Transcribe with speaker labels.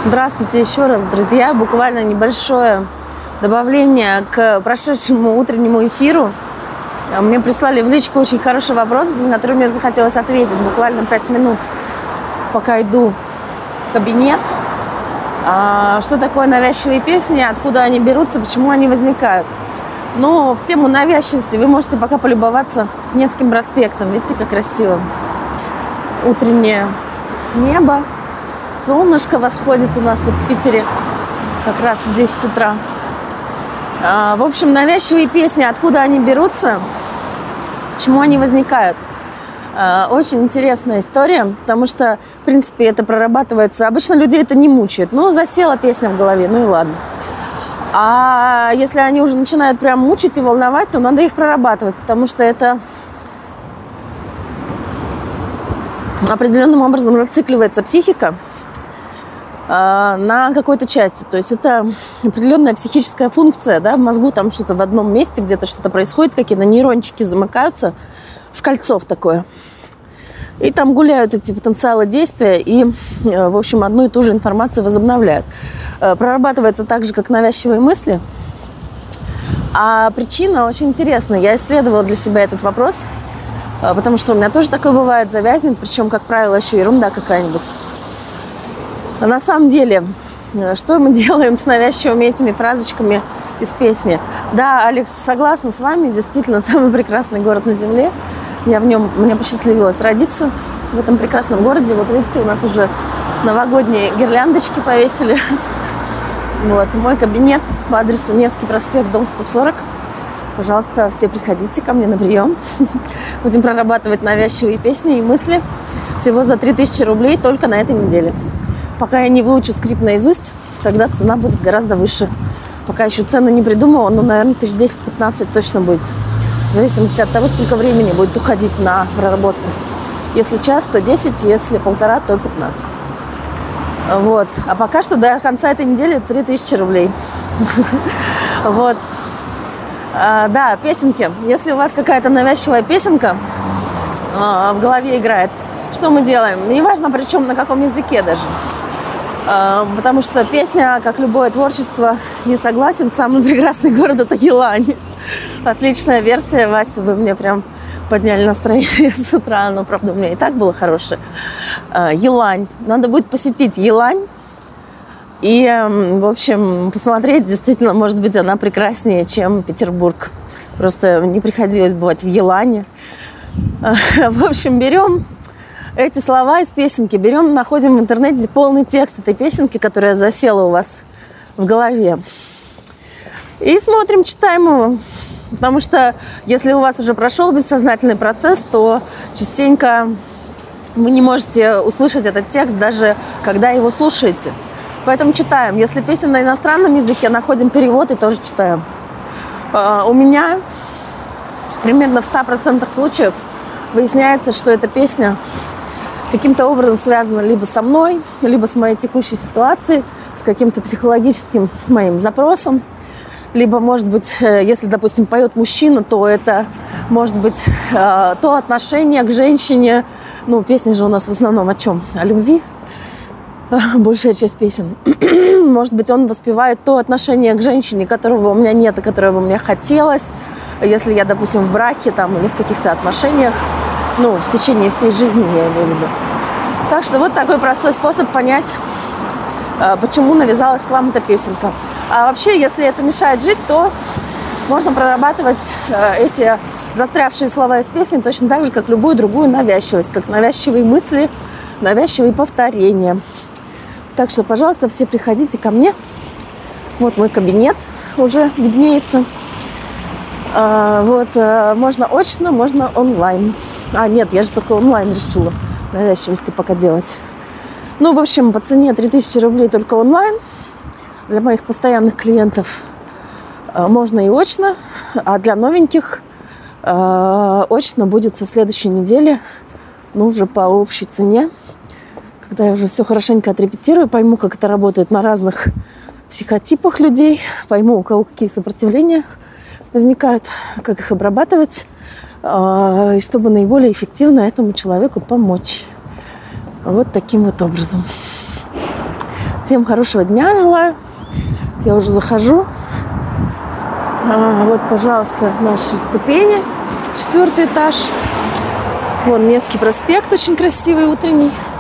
Speaker 1: Здравствуйте еще раз, друзья. Буквально небольшое добавление к прошедшему утреннему эфиру. Мне прислали в личку очень хороший вопрос, на который мне захотелось ответить буквально 5 минут, пока иду в кабинет. Что такое навязчивые песни, откуда они берутся, почему они возникают? Но в тему навязчивости вы можете пока полюбоваться Невским проспектом. Видите, как красиво. Утреннее небо. Солнышко восходит у нас тут в Питере как раз в 10 утра. В общем, навязчивые песни, откуда они берутся, почему они возникают. Очень интересная история, потому что, в принципе, это прорабатывается. Обычно людей это не мучает. Ну, засела песня в голове, ну и ладно. А если они уже начинают прям мучить и волновать, то надо их прорабатывать, потому что это определенным образом зацикливается психика на какой-то части. То есть это определенная психическая функция, да, в мозгу там что-то в одном месте, где-то что-то происходит, какие-то нейрончики замыкаются в кольцо в такое. И там гуляют эти потенциалы действия и, в общем, одну и ту же информацию возобновляют. Прорабатывается так же, как навязчивые мысли. А причина очень интересная. Я исследовала для себя этот вопрос, потому что у меня тоже такое бывает, завязнет, причем, как правило, еще ерунда какая-нибудь. А на самом деле, что мы делаем с навязчивыми этими фразочками из песни? Да, Алекс, согласна с вами, действительно, самый прекрасный город на земле. Я в нем, мне посчастливилось родиться в этом прекрасном городе. Вот видите, у нас уже новогодние гирляндочки повесили. Вот, мой кабинет по адресу Невский проспект, дом 140. Пожалуйста, все приходите ко мне на прием. Будем прорабатывать навязчивые песни и мысли. Всего за 3000 рублей только на этой неделе. Пока я не выучу скрипт наизусть, тогда цена будет гораздо выше. Пока еще цену не придумала, но, наверное, 1010-15 точно будет. В зависимости от того, сколько времени будет уходить на проработку. Если час, то 10, если полтора, то 15. Вот. А пока что до конца этой недели 3000 рублей. Вот. Да, песенки. Если у вас какая-то навязчивая песенка в голове играет, что мы делаем? Неважно, причем на каком языке даже. Потому что песня, как любое творчество, не согласен. Самый прекрасный город – это Елань. Отличная версия, Вася, вы мне прям подняли настроение с утра. Но, правда, у меня и так было хорошее. Елань. Надо будет посетить Елань. И, в общем, посмотреть, действительно, может быть, она прекраснее, чем Петербург. Просто не приходилось бывать в Елане. В общем, берем эти слова из песенки, берем, находим в интернете полный текст этой песенки, которая засела у вас в голове. И смотрим, читаем его. Потому что если у вас уже прошел бессознательный процесс, то частенько вы не можете услышать этот текст, даже когда его слушаете. Поэтому читаем. Если песня на иностранном языке, находим перевод и тоже читаем. У меня примерно в 100% случаев выясняется, что эта песня каким-то образом связана либо со мной, либо с моей текущей ситуацией, с каким-то психологическим моим запросом. Либо, может быть, если, допустим, поет мужчина, то это может быть то отношение к женщине. Ну, песни же у нас в основном о чем? О любви. Большая часть песен. Может быть, он воспевает то отношение к женщине, которого у меня нет, и которое бы мне хотелось. Если я, допустим, в браке там, или в каких-то отношениях, ну, в течение всей жизни, я имею в виду. Так что вот такой простой способ понять, почему навязалась к вам эта песенка. А вообще, если это мешает жить, то можно прорабатывать эти застрявшие слова из песни точно так же, как любую другую навязчивость, как навязчивые мысли, навязчивые повторения. Так что, пожалуйста, все приходите ко мне. Вот мой кабинет уже виднеется. Вот, можно очно, можно онлайн. Нет, я же только онлайн решила навязчивости пока делать. Ну, в общем, по цене 3000 рублей только онлайн. Для моих постоянных клиентов можно и очно. А для новеньких очно будет со следующей недели. Ну, уже по общей цене. Когда я уже все хорошенько отрепетирую, пойму, как это работает на разных психотипах людей, пойму, у кого какие сопротивления возникают, как их обрабатывать, и чтобы наиболее эффективно этому человеку помочь. Вот таким вот образом. Всем хорошего дня желаю. Я уже захожу. Вот, пожалуйста, наши ступени. 4-й этаж. Вон Невский проспект очень красивый, утренний.